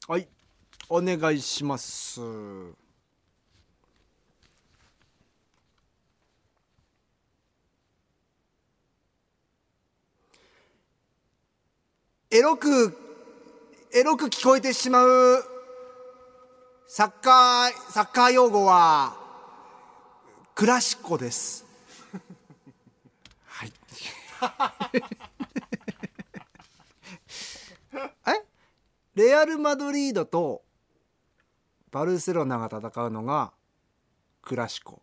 はい、お願いします。エロく聞こえてしまうサッカー用語はクラシコです。はい。レアル・マドリードとバルセロナが戦うのがクラシコ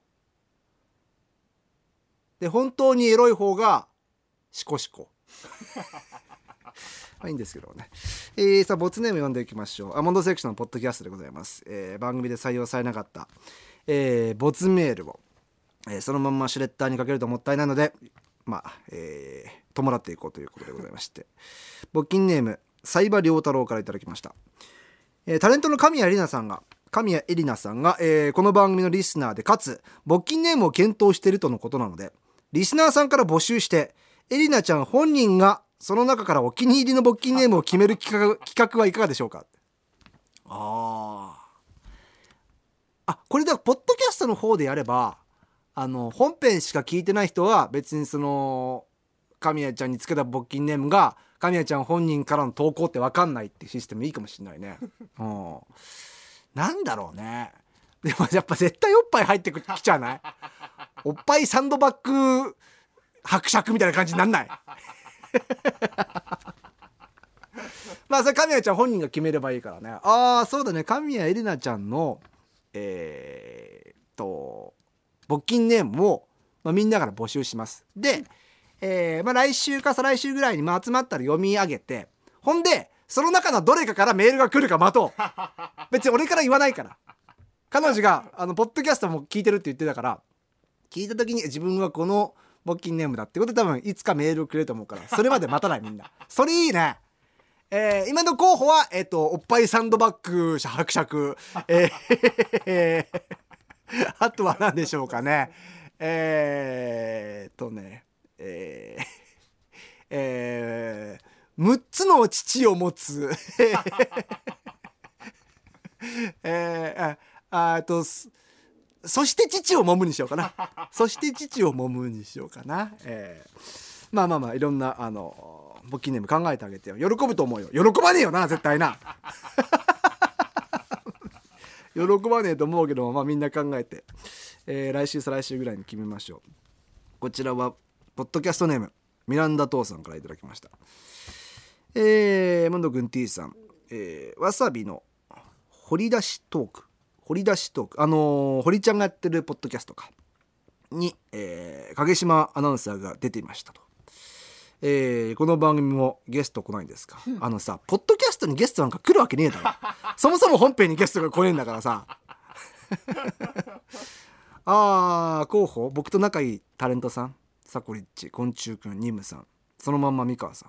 で、本当にエロい方がシコシコ。いいんですけどね。さあボツネーム読んでいきましょう。アモンドセクションのポッドキャストでございます。番組で採用されなかった、ボツメールを、そのまんまシュレッダーにかけるともったいないので、弔っていこうということでございまして、募金ネームサイバ良太郎からいただきました。タレントの神谷絵里奈さんが、この番組のリスナーでかつ募金ネームを検討しているとのことなので、リスナーさんから募集して絵里奈ちゃん本人がその中からお気に入りの募金ネームを決める企画はいかがでしょうか。これだ、ポッドキャストの方でやれば、本編しか聞いてない人は別にその神谷ちゃんにつけた募金ネームが神谷ちゃん本人からの投稿って分かんないっていうシステムいいかもしれないね。なんだろうね。でもやっぱ絶対おっぱい入ってきちゃわない？おっぱいサンドバッグ伯爵みたいな感じになんない？まあそれ神谷ちゃん本人が決めればいいからね。そうだね、神谷絵里奈ちゃんの募金ネームを、みんなから募集します。で、来週か再来週ぐらいに集まったら読み上げて、ほんでその中のどれかからメールが来るか待とう。別に俺から言わないから。彼女がポッドキャストも聞いてるって言ってたから、聞いた時に自分はこの募金ネームだってことで多分いつかメールをくれると思うから、それまで待たないみんな。それいいね。今の候補は、おっぱいサンドバッグ伯爵、あとは何でしょうかね。6つの父を持つそして父を揉むにしようかな。そして父を揉むにしようかな。いろんな募金ネーム考えてあげてよ。喜ぶと思うよ。喜ばねえよな絶対な。喜ばねえと思うけど、みんな考えて、来週再来週ぐらいに決めましょう。こちらはポッドキャストネームミランダ父さんからいただきました。モンド君 T さん、わさびの掘り出しトーク、堀ちゃんがやってるポッドキャストかに、影島アナウンサーが出ていましたと。この番組もゲスト来ないんですか。ポッドキャストにゲストなんか来るわけねえだろ。そもそも本編にゲストが来ねえんだからさ。候補、僕と仲いいタレントさん、サコリッチ、昆虫くん、ニムさん、そのまんま三河さん。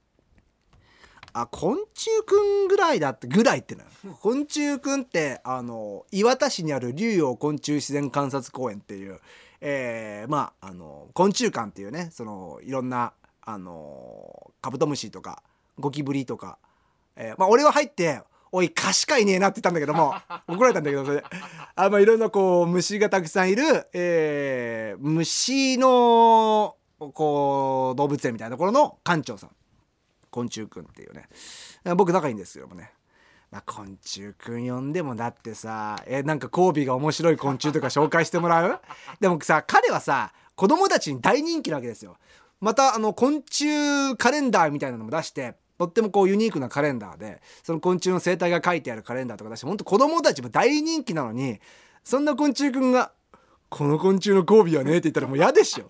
昆虫くんぐらいってな。昆虫くんって磐田市にある竜陽昆虫自然観察公園っていう、昆虫館っていうね、そのいろんなカブトムシとかゴキブリとか、俺は入っておいカシかいねえなって言ったんだけども怒られたんだけど、それいろんなこう虫がたくさんいる、虫のこう動物園みたいなところの館長さん、昆虫くんっていうね、僕仲いいんですけどもね、昆虫くん呼んでもだってさ、なんか交尾が面白い昆虫とか紹介してもらう。でもさ、彼はさ子供たちに大人気なわけですよ。また昆虫カレンダーみたいなのも出して、とってもこうユニークなカレンダーで、その昆虫の生態が書いてあるカレンダーとか出して、本当子供たちも大人気なのに、そんな昆虫くんがこの昆虫の交尾はねって言ったらもう嫌でしょ。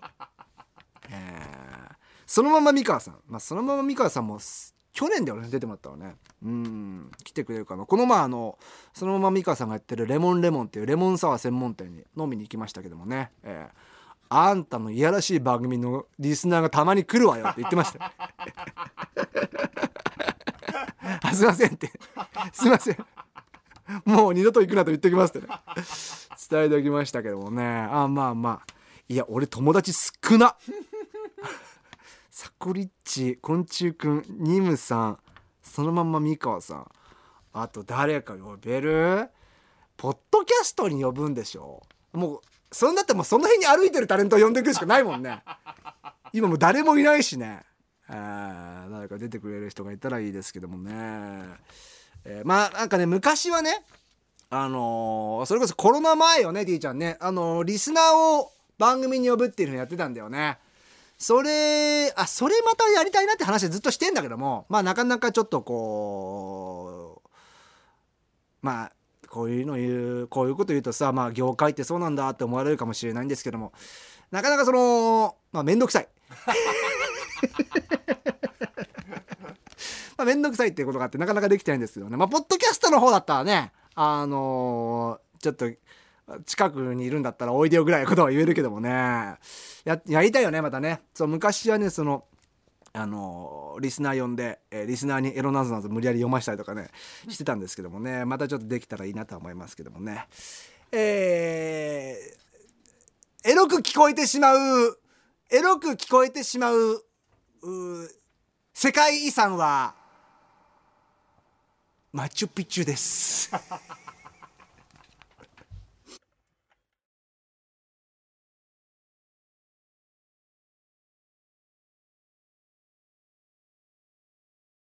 そのまま三河さん、そのまま三河さんも去年だよね、出てもらったのね。来てくれるかな。このそのまま三河さんがやってるレモンっていうレモンサワー専門店に飲みに行きましたけどもね、あんたのいやらしい番組のリスナーがたまに来るわよって言ってましたすいませんって、すいません、もう二度と行くなと言っておきますってね、伝えておきましたけどもね。いや俺友達少なサコリッチ、昆虫くん、ニムさん、そのまんま三河さん、 あと誰か呼べる？ポッドキャストに呼ぶんでしょ？もうそんだってもうその辺に歩いてるタレントを呼んでくるしかないもんね。今もう誰もいないしね。誰か出てくれる人がいたらいいですけどもね。まあなんかね、昔はね、それこそコロナ前よね、T ちゃんね、リスナーを番組に呼ぶっていうのやってたんだよね。それまたやりたいなって話はずっとしてんだけども、まあなかなかちょっとこう、まあこういうこと言うとさ、まあ業界ってそうなんだって思われるかもしれないんですけども、なかなかまあ面倒くさいまあ面倒くさいっていうことがあってなかなかできてないんですけどね。まあポッドキャストの方だったらね、ちょっと近くにいるんだったらおいでよぐらいのことは言えるけどもね、やりたいよねまたね。そう昔はね、リスナー呼んで、リスナーにエロなぞなぞ無理やり読ましたりとかねしてたんですけどもね、またちょっとできたらいいなとは思いますけどもね。エロく聞こえてしまう世界遺産はマチュピチュです